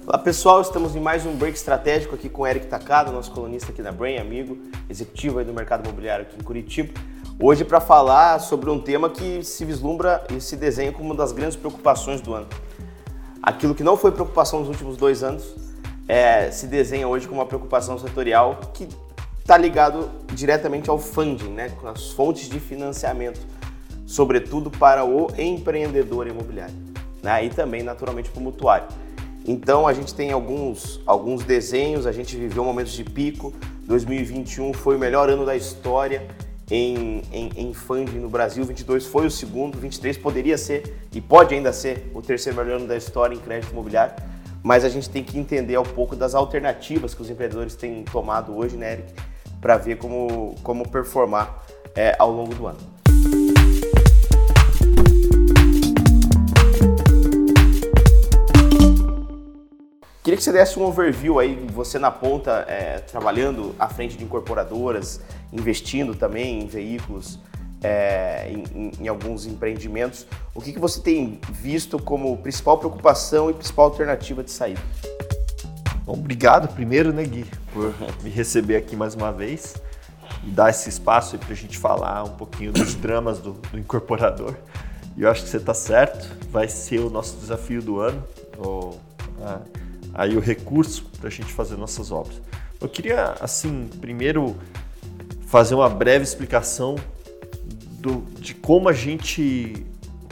Olá pessoal, estamos em mais um Break Estratégico aqui com o Eric Takada, nosso colunista aqui na Brain, amigo, executivo aí do mercado imobiliário aqui em Curitiba. Hoje para falar sobre um tema que se vislumbra e se desenha como uma das grandes preocupações do ano. Aquilo que não foi preocupação nos últimos 2 anos, se desenha hoje como uma preocupação setorial que está ligado diretamente ao funding, né, com as fontes de financiamento, sobretudo para o empreendedor imobiliário, né, e também naturalmente para o mutuário. Então a gente tem alguns desenhos, a gente viveu momentos de pico. 2021 foi o melhor ano da história em funding no Brasil, 22 foi o segundo, 23 poderia ser e pode ainda ser o terceiro melhor ano da história em crédito imobiliário, mas a gente tem que entender um pouco das alternativas que os empreendedores têm tomado hoje, né, Eric, para ver como performar ao longo do ano. Queria que você desse um overview aí, você na ponta, trabalhando à frente de incorporadoras, investindo também em veículos, em alguns empreendimentos. O que você tem visto como principal preocupação e principal alternativa de saída? Bom, obrigado primeiro, né, Gui, por me receber aqui mais uma vez e dar esse espaço para a gente falar um pouquinho dos dramas do incorporador. E eu acho que você está certo, vai ser o nosso desafio do ano. Aí o recurso para a gente fazer nossas obras. Eu queria, assim, primeiro fazer uma breve explicação de como a gente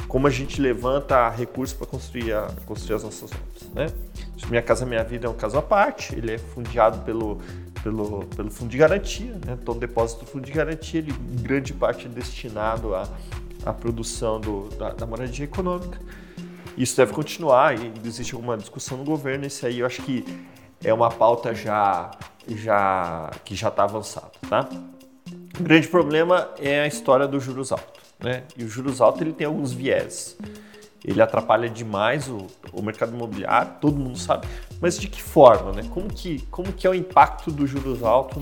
levanta recursos para construir as nossas obras, né? Minha Casa Minha Vida é um caso à parte, ele é fundiado pelo Fundo de Garantia, né? Todo depósito do Fundo de Garantia, ele em grande parte é destinado à produção da moradia econômica. Isso deve continuar e existe alguma discussão no governo. Esse aí eu acho que é uma pauta que já está avançada, tá? O grande problema é a história do juros alto, né? E o juros alto ele tem alguns viés. Ele atrapalha demais o mercado imobiliário, todo mundo sabe. Mas de que forma, né? Como que é o impacto do juros alto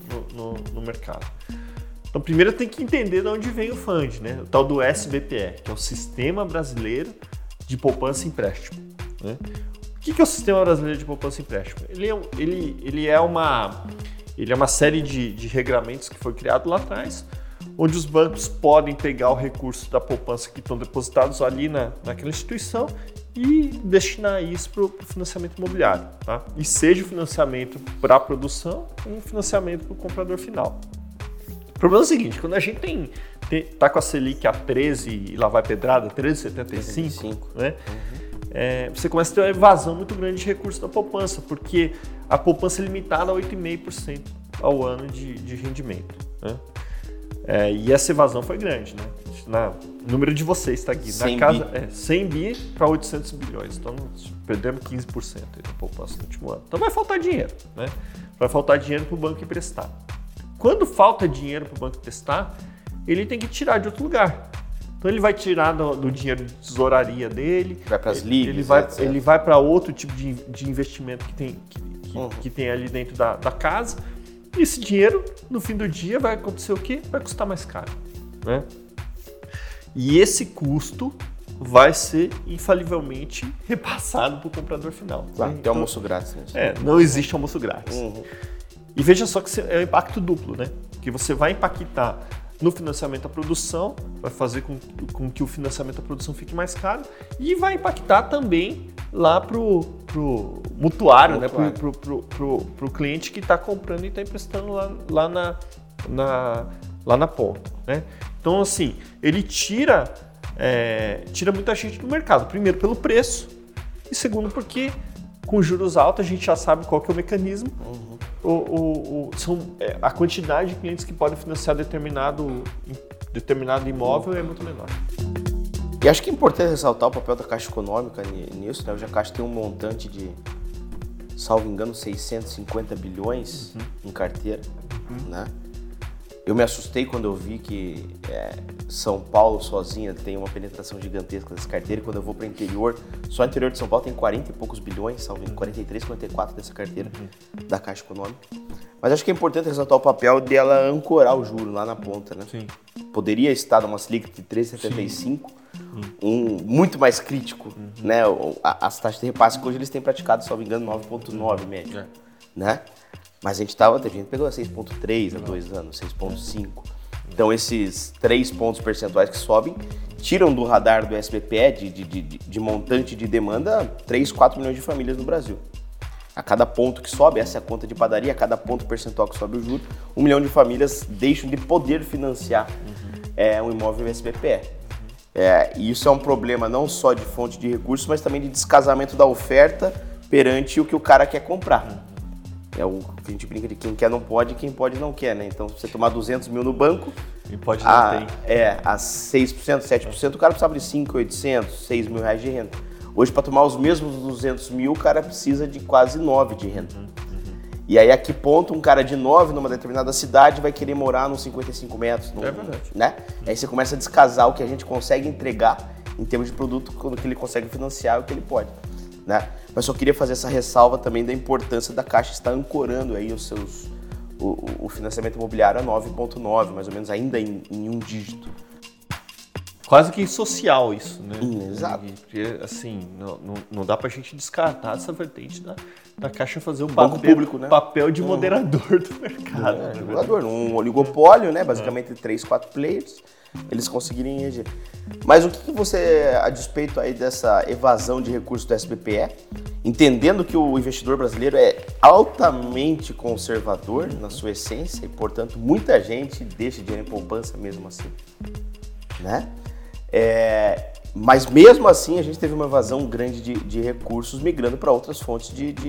no mercado? Então, primeiro tem que entender de onde vem o FUND, né? O tal do SBPE, que é o Sistema Brasileiro de Poupança e Empréstimo, né? O que é o Sistema Brasileiro de Poupança e Empréstimo? Ele é uma série de regramentos que foi criado lá atrás, onde os bancos podem pegar o recurso da poupança que estão depositados ali naquela instituição e destinar isso para o financiamento imobiliário, tá? E seja o financiamento para a produção ou um financiamento para o comprador final. O problema é o seguinte, quando a gente tá com a Selic a 13 e lá vai pedrada, 13,75, né? Você começa a ter uma evasão muito grande de recursos da poupança, porque a poupança é limitada a 8,5% ao ano de rendimento, né? E essa evasão foi grande, né? O número de vocês está aqui. 100 bi para 800 bilhões. Então, perdemos 15% da poupança no último ano. Então, vai faltar dinheiro, né? Vai faltar dinheiro para o banco emprestar. Quando falta dinheiro para o banco emprestar, ele tem que tirar de outro lugar. Então ele vai tirar do dinheiro de tesouraria dele, vai para as ligas, ele vai para outro tipo de investimento que tem ali dentro da casa. E esse dinheiro, no fim do dia, vai acontecer o quê? Vai custar mais caro, né? E esse custo vai ser infalivelmente repassado para o comprador final. Tem almoço grátis, né? Não existe almoço grátis. E veja só que é um impacto duplo, né? Que você vai impactar no financiamento da produção, vai fazer com que o financiamento da produção fique mais caro e vai impactar também lá pro mutuário, né? Pro cliente que está comprando e está emprestando lá na ponta, né? Então, assim, ele tira muita gente do mercado. Primeiro, pelo preço e segundo, porque com juros altos a gente já sabe qual que é o mecanismo. A quantidade de clientes que podem financiar determinado imóvel é muito menor. E acho que é importante ressaltar o papel da Caixa Econômica nisso, né? Hoje a Caixa tem um montante de, salvo engano, 650 bilhões em carteira, né? Eu me assustei quando eu vi que São Paulo sozinha tem uma penetração gigantesca dessa carteira, e quando eu vou para o interior, só o interior de São Paulo tem 40 e poucos bilhões, salvo 43, 44 dessa carteira da Caixa Econômica. Mas acho que é importante ressaltar o papel dela ancorar o juro lá na ponta, né? Sim. Poderia estar numa Selic de 3,75, muito mais crítico, né? As taxas de repasse que hoje eles têm praticado, se não me engano, 9,9 média, né? Mas teve gente que pegou 6,3 há 2 anos, 6,5. Então esses 3 pontos percentuais que sobem tiram do radar do SBPE de montante de demanda 3, 4 milhões de famílias no Brasil. A cada ponto que sobe, essa é a conta de padaria, a cada ponto percentual que sobe o juro, 1 milhão de famílias deixam de poder financiar um imóvel SBPE. E isso é um problema não só de fonte de recursos, mas também de descasamento da oferta perante o que o cara quer comprar. É o que a gente brinca de quem quer não pode e quem pode não quer, né? Então, se você tomar 200 mil no banco, quem pode não tem. A 6%, 7%, o cara precisava de 5.800, 6 mil reais de renda. Hoje, para tomar os mesmos 200 mil, o cara precisa de quase 9 de renda. E aí, a que ponto um cara de 9 numa determinada cidade vai querer morar nos 55 metros? É verdade. Né? Aí você começa a descasar o que a gente consegue entregar em termos de produto, quando que ele consegue financiar o que ele pode. Né? Mas só queria fazer essa ressalva também da importância da Caixa estar ancorando aí o financiamento imobiliário a 9,9, mais ou menos, ainda em um dígito. Quase que social isso, né? Exato. Porque, assim, não dá pra gente descartar essa vertente da Caixa fazer o Banco público, né? papel de moderador do mercado. Regulador, um oligopólio, né? Basicamente 3, 4 players, eles conseguirem reger. Mas o que você, a despeito aí dessa evasão de recursos do SBPE, entendendo que o investidor brasileiro é altamente conservador na sua essência e, portanto, muita gente deixa dinheiro em poupança mesmo assim, né? Mas mesmo assim a gente teve uma evasão grande de recursos migrando para outras fontes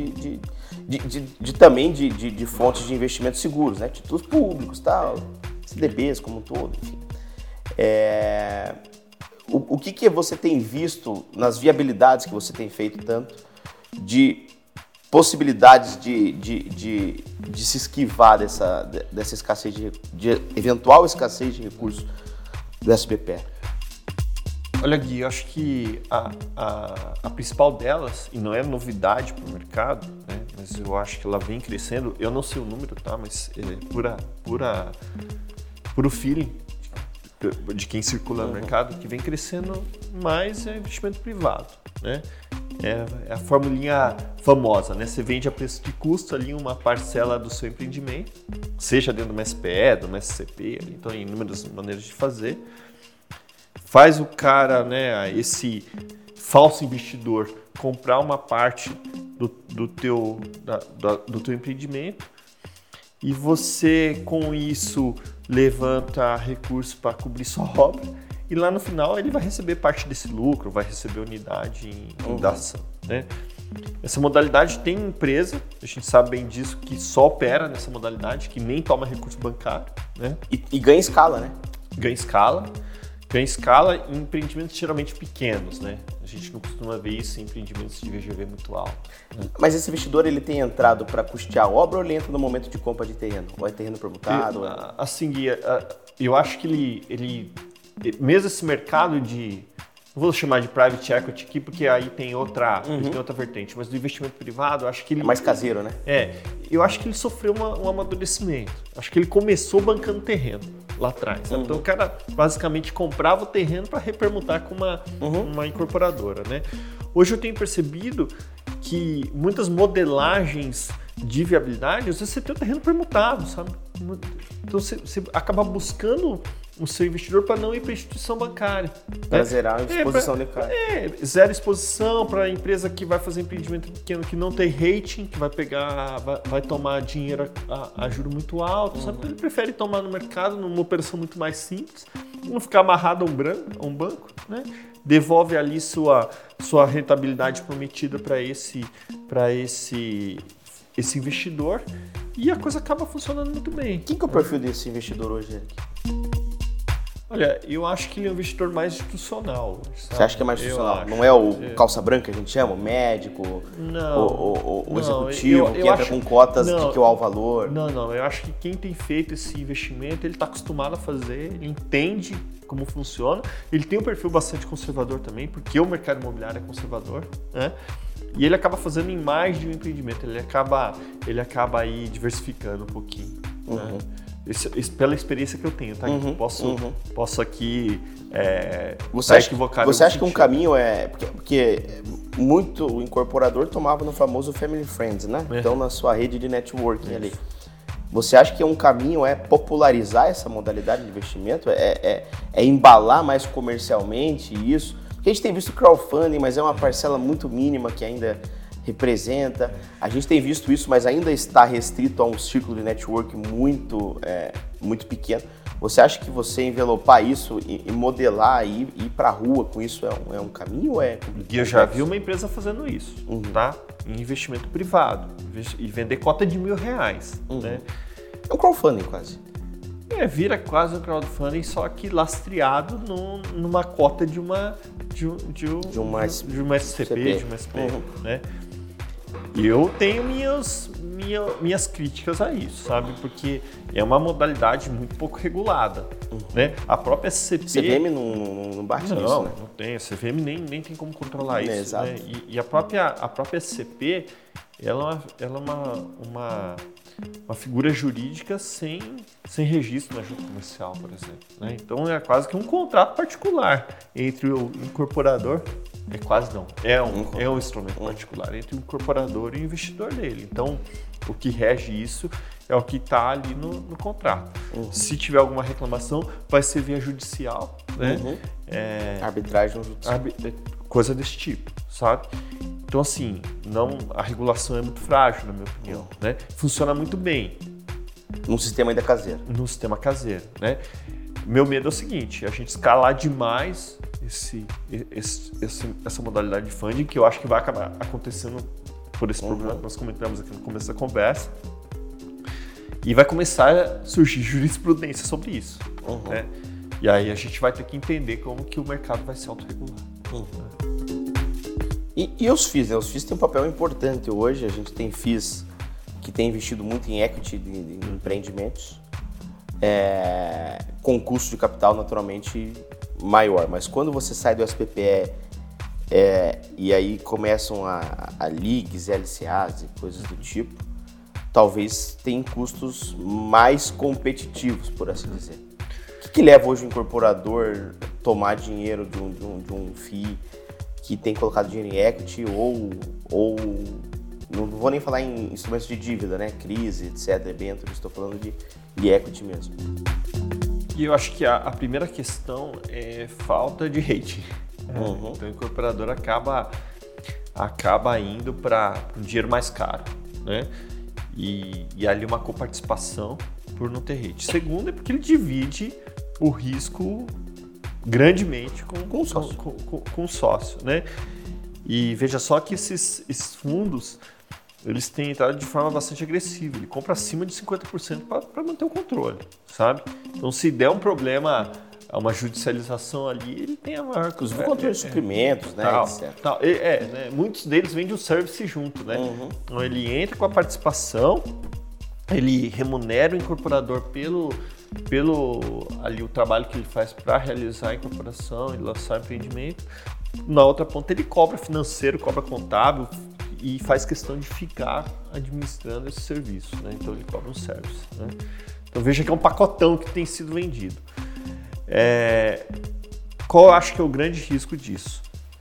também de fontes de investimentos seguros, né? Títulos públicos, tal, CDBs como um todo, enfim. O que você tem visto nas viabilidades que você tem feito tanto de possibilidades de se esquivar dessa escassez de eventual escassez de recursos do SBPE? Olha, Gui, eu acho que a principal delas, e não é novidade para o mercado, né, mas eu acho que ela vem crescendo, eu não sei o número, tá, mas puro feeling de quem circula no mercado, que vem crescendo mais é investimento privado, né? É a formulinha famosa, né? Você vende a preço de custo ali uma parcela do seu empreendimento, seja dentro de uma SPE, de uma SCP, então tem inúmeras maneiras de fazer. Faz o cara, né, esse falso investidor, comprar uma parte do teu empreendimento e você, com isso, levanta recursos para cobrir sua obra e lá no final ele vai receber parte desse lucro, vai receber unidade em ação, né? Essa modalidade tem empresa, a gente sabe bem disso, que só opera nessa modalidade, que nem toma recurso bancário, né? E ganha escala, né? Ganha escala em empreendimentos geralmente pequenos, né? A gente não costuma ver isso em empreendimentos de VGV muito alto. Né? Mas esse investidor, ele tem entrado para custear a obra ou ele entra no momento de compra de terreno? Ou é terreno permutado? Assim, eu acho que ele mesmo esse mercado de... Não vou chamar de private equity aqui, porque aí tem outra vertente, mas do investimento privado, eu acho que ele... É mais caseiro, né? Eu acho que ele sofreu um amadurecimento. Acho que ele começou bancando terreno lá atrás. Então o cara basicamente comprava o terreno para repermutar com uma incorporadora, né? Hoje eu tenho percebido que muitas modelagens de viabilidade, às vezes você tem o terreno permutado, sabe? Então você acaba buscando o seu investidor para não ir para a instituição bancária. Para zerar a exposição de cara. Zero exposição para a empresa que vai fazer empreendimento pequeno, que não tem rating, que vai tomar dinheiro a juro muito alto, sabe? Então ele prefere tomar no mercado, numa operação muito mais simples, não ficar amarrado a um banco, né? Devolve ali sua rentabilidade prometida para esse investidor e a coisa acaba funcionando muito bem. Quem que é o perfil desse investidor hoje, Eric? Olha, eu acho que ele é um investidor mais institucional. Sabe? Você acha que é mais institucional? Não é o calça branca que a gente chama? O médico? Não. O executivo que entra com cotas de que o valor? Não. Eu acho que quem tem feito esse investimento, ele está acostumado a fazer, ele entende como funciona. Ele tem um perfil bastante conservador também, porque o mercado imobiliário é conservador, né? E ele acaba fazendo em mais de um empreendimento. Ele acaba aí diversificando um pouquinho. Né? Isso pela experiência que eu tenho, tá? Posso aqui você equivocado. Você acha que um caminho porque muito incorporador tomava no famoso Family Friends, né? Então, na sua rede de networking ali. Você acha que um caminho é popularizar essa modalidade de investimento? É embalar mais comercialmente isso? Porque a gente tem visto crowdfunding, mas é uma parcela muito mínima que ainda representa. A gente tem visto isso, mas ainda está restrito a um círculo de network muito pequeno. Você acha que você envelopar isso e modelar e ir para a rua com isso é um caminho ou é complicado? E eu já vi uma empresa fazendo isso, tá? Em investimento privado. E vender cota de R$1.000, né? É um crowdfunding quase. Vira quase um crowdfunding, só que lastreado numa cota de uma SCP, de uma SP, né? E eu tenho minhas críticas a isso, sabe? Porque é uma modalidade muito pouco regulada, né? A própria SCP... CVM não bate nisso, né? Não tem. A CVM nem tem como controlar isso, exato. Né? E a própria SCP, ela é uma figura jurídica sem registro na junta comercial, por exemplo, né? Então é quase que um contrato particular entre o incorporador, é um instrumento particular entre o incorporador e o investidor dele. Então o que rege isso é o que está ali no contrato. Se tiver alguma reclamação, vai ser via judicial, né? Arbitragem judicial. Coisa desse tipo, sabe? Então, assim, a regulação é muito frágil, na minha opinião, né? Funciona muito bem. Num sistema ainda caseiro. Num sistema caseiro, né? Meu medo é o seguinte, a gente escalar demais essa modalidade de funding, que eu acho que vai acabar acontecendo por esse problema que nós comentamos aqui no começo da conversa, e vai começar a surgir jurisprudência sobre isso, né? E aí a gente vai ter que entender como que o mercado vai se autorregular. E os FIIs, né? Os FIIs têm um papel importante hoje. A gente tem FIIs que têm investido muito em equity de empreendimentos, com custo de capital naturalmente maior. Mas quando você sai do SPPE e aí começam a LIGs, LCAs e coisas do tipo, talvez tenham custos mais competitivos, por assim dizer. O que leva hoje o incorporador a tomar dinheiro de um FII que tem colocado dinheiro em equity ou não vou nem falar em instrumentos de dívida, né? Crise, etc. Estou falando de equity mesmo. E eu acho que a primeira questão é falta de rating. Então o incorporador acaba indo para um dinheiro mais caro, né? E ali uma coparticipação por não ter rating. Segundo é porque ele divide o risco grandemente com o sócio, né? E veja só que esses fundos, eles têm entrado de forma bastante agressiva. Ele compra acima de 50% para manter o controle, sabe? Então, se der um problema, uma judicialização ali, ele tem a maior... Inclusive o controle de suprimentos, né? Né? Muitos deles vendem o service junto, né? Então, ele entra com a participação, ele remunera o incorporador pelo ali o trabalho que ele faz para realizar a incorporação e lançar o empreendimento. Na outra ponta ele cobra financeiro, cobra contábil e faz questão de ficar administrando esse serviço, né? Então ele cobra um service, né? Então veja que é um pacotão que tem sido vendido. Qual eu acho que é o grande risco disso?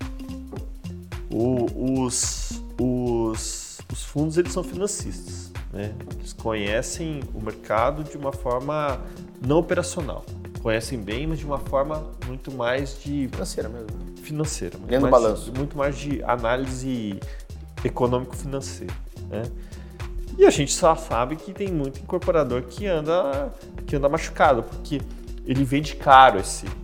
Os fundos, eles são financistas, né? Eles conhecem o mercado de uma forma não operacional. Conhecem bem, mas de uma forma muito mais de... Financeira mesmo. Financeira. Muito mais de análise econômico-financeira, né? E a gente só sabe que tem muito incorporador que anda machucado, porque ele vende caro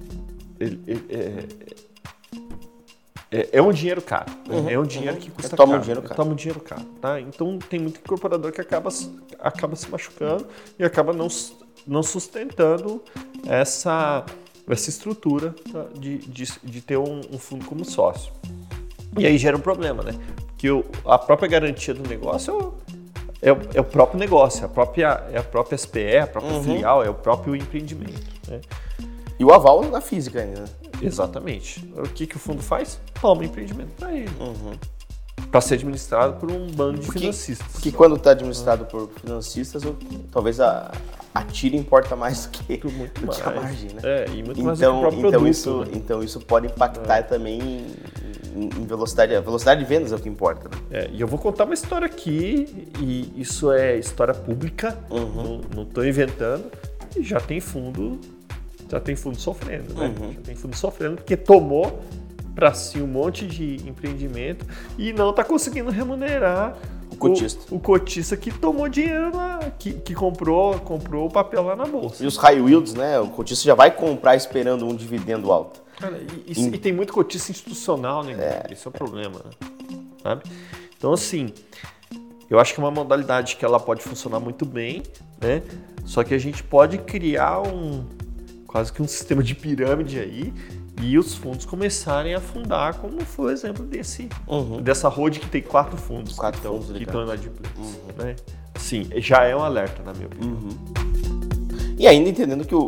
é um dinheiro caro, né? É um dinheiro que custa caro. Toma um dinheiro caro, tá? Então tem muito incorporador que acaba se machucando e acaba não sustentando essa estrutura, tá? de ter um fundo como sócio. E aí gera um problema, né? Porque a própria garantia do negócio é o próprio negócio, é a própria SPE, a própria filial, é o próprio empreendimento, né? E o aval na física ainda, né? Exatamente. O que o fundo faz? Toma empreendimento para ele. para ser administrado por um bando de financistas. Porque quando está administrado por financistas, talvez a tira importa mais do que a margem, né? E muito mais do que o próprio produto. Então isso pode impactar também em velocidade. A velocidade de vendas é o que importa, né? E eu vou contar uma história aqui, e isso é história pública, não estou inventando, e já tem fundo sofrendo, né? Já tem fundo sofrendo porque tomou para si um monte de empreendimento e não está conseguindo remunerar o cotista que tomou dinheiro, que comprou o papel lá na bolsa. E os high yields, né? O cotista já vai comprar esperando um dividendo alto. Cara, e tem muito cotista institucional, né? Esse é o problema, né? Sabe? Então, assim, eu acho que é uma modalidade que ela pode funcionar muito bem, né? Só que a gente pode criar quase que um sistema de pirâmide aí e os fundos começarem a afundar, como foi o exemplo dessa road que tem 4 fundos que estão inadimplentes. Né? Sim, já é um alerta, na minha opinião. E ainda entendendo que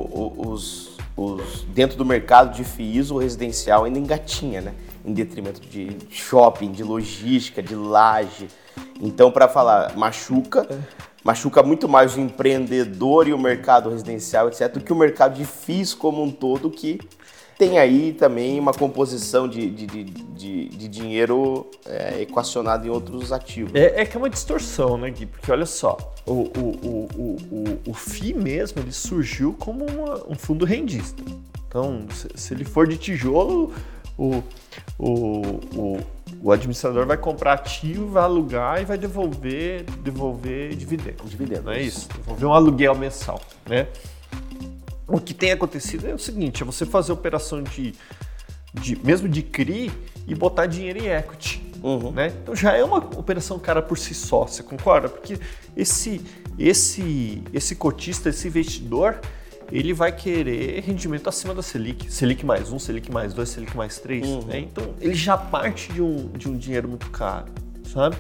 dentro do mercado de FIIs, o residencial ainda engatinha, né? Em detrimento de shopping, de logística, de laje. Então, para falar, machuca muito mais o empreendedor e o mercado residencial, etc., do que o mercado de FIIs como um todo, que tem aí também uma composição de dinheiro equacionado em outros ativos. É que é uma distorção, né, Gui? Porque olha só, o FII mesmo, ele surgiu como um fundo rendista. Então, se ele for de tijolo, o administrador vai comprar ativo, vai alugar e vai devolver dividendo. Não é isso? Devolver um aluguel mensal, né? O que tem acontecido é o seguinte, é você fazer operação mesmo de CRI e botar dinheiro em equity. Né? Então já é uma operação cara por si só, você concorda? Porque esse cotista, esse investidor, ele vai querer rendimento acima da Selic. Selic mais 1, Selic mais 2, Selic mais 3. Né? Então ele já parte de um dinheiro muito caro, sabe?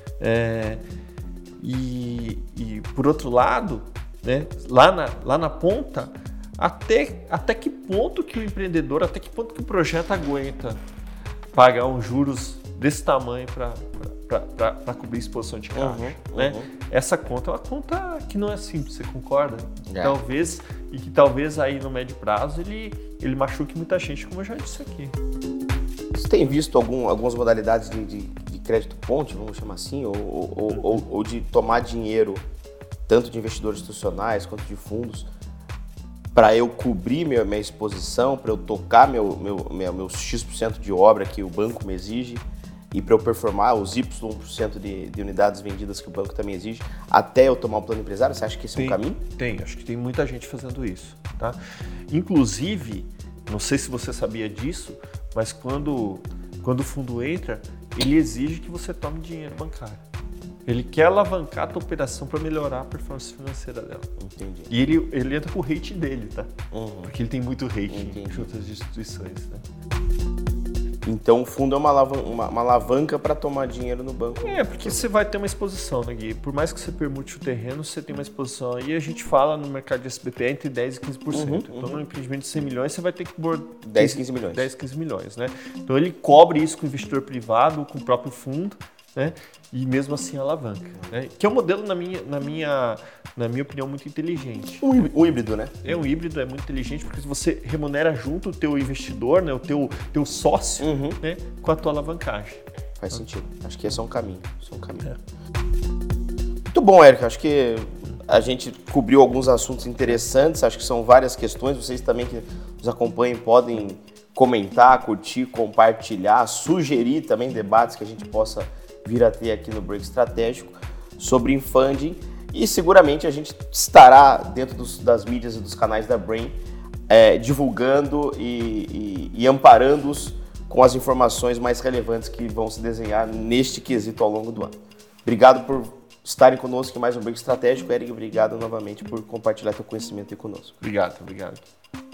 E por outro lado, né, lá na ponta, até que ponto que o empreendedor, até que ponto que o projeto aguenta pagar uns juros desse tamanho para cobrir a exposição de caixa, né? Essa conta é uma conta que não é simples, você concorda? Talvez aí no médio prazo ele machuque muita gente, como eu já disse aqui. Você tem visto algumas modalidades de crédito ponte, vamos chamar assim, ou de tomar dinheiro tanto de investidores institucionais quanto de fundos, para eu cobrir minha exposição, para eu tocar meu X% de obra que o banco me exige e para eu performar os Y% de unidades vendidas que o banco também exige, até eu tomar um plano empresário? Você acha que esse é um caminho? Acho que tem muita gente fazendo isso. Tá? Inclusive, não sei se você sabia disso, mas quando o fundo entra, ele exige que você tome dinheiro bancário. Ele quer alavancar a tua operação para melhorar a performance financeira dela. Entendi. E ele entra com o rating dele, tá? Porque ele tem muito rating de outras instituições, né? Então o fundo é uma alavanca para tomar dinheiro no banco. Porque você vai ter uma exposição, né, Gui? Por mais que você permute o terreno, você tem uma exposição. E a gente fala no mercado de SBPE entre 10% e 15%. Então, no empreendimento de 100 milhões, você vai ter que pôr 10, 15 milhões. 10, 15 milhões, né? Então, ele cobre isso com o investidor privado, com o próprio fundo, né? E mesmo assim alavanca, né? Que é um modelo, na minha opinião, muito inteligente. Um híbrido, né? É um híbrido, é muito inteligente, porque você remunera junto o teu investidor, né? O teu sócio, né? Com a tua alavancagem. Faz sentido. Acho que esse é um caminho. Muito bom, Érico. Acho que a gente cobriu alguns assuntos interessantes. Acho que são várias questões. Vocês também que nos acompanhem podem comentar, curtir, compartilhar, sugerir também debates que a gente possa vir a ter aqui no Break Estratégico sobre funding, e seguramente a gente estará dentro das mídias e dos canais da Brain divulgando e amparando-os com as informações mais relevantes que vão se desenhar neste quesito ao longo do ano. Obrigado por estarem conosco em mais um Break Estratégico. Eric, obrigado novamente por compartilhar teu conhecimento aí conosco. Obrigado.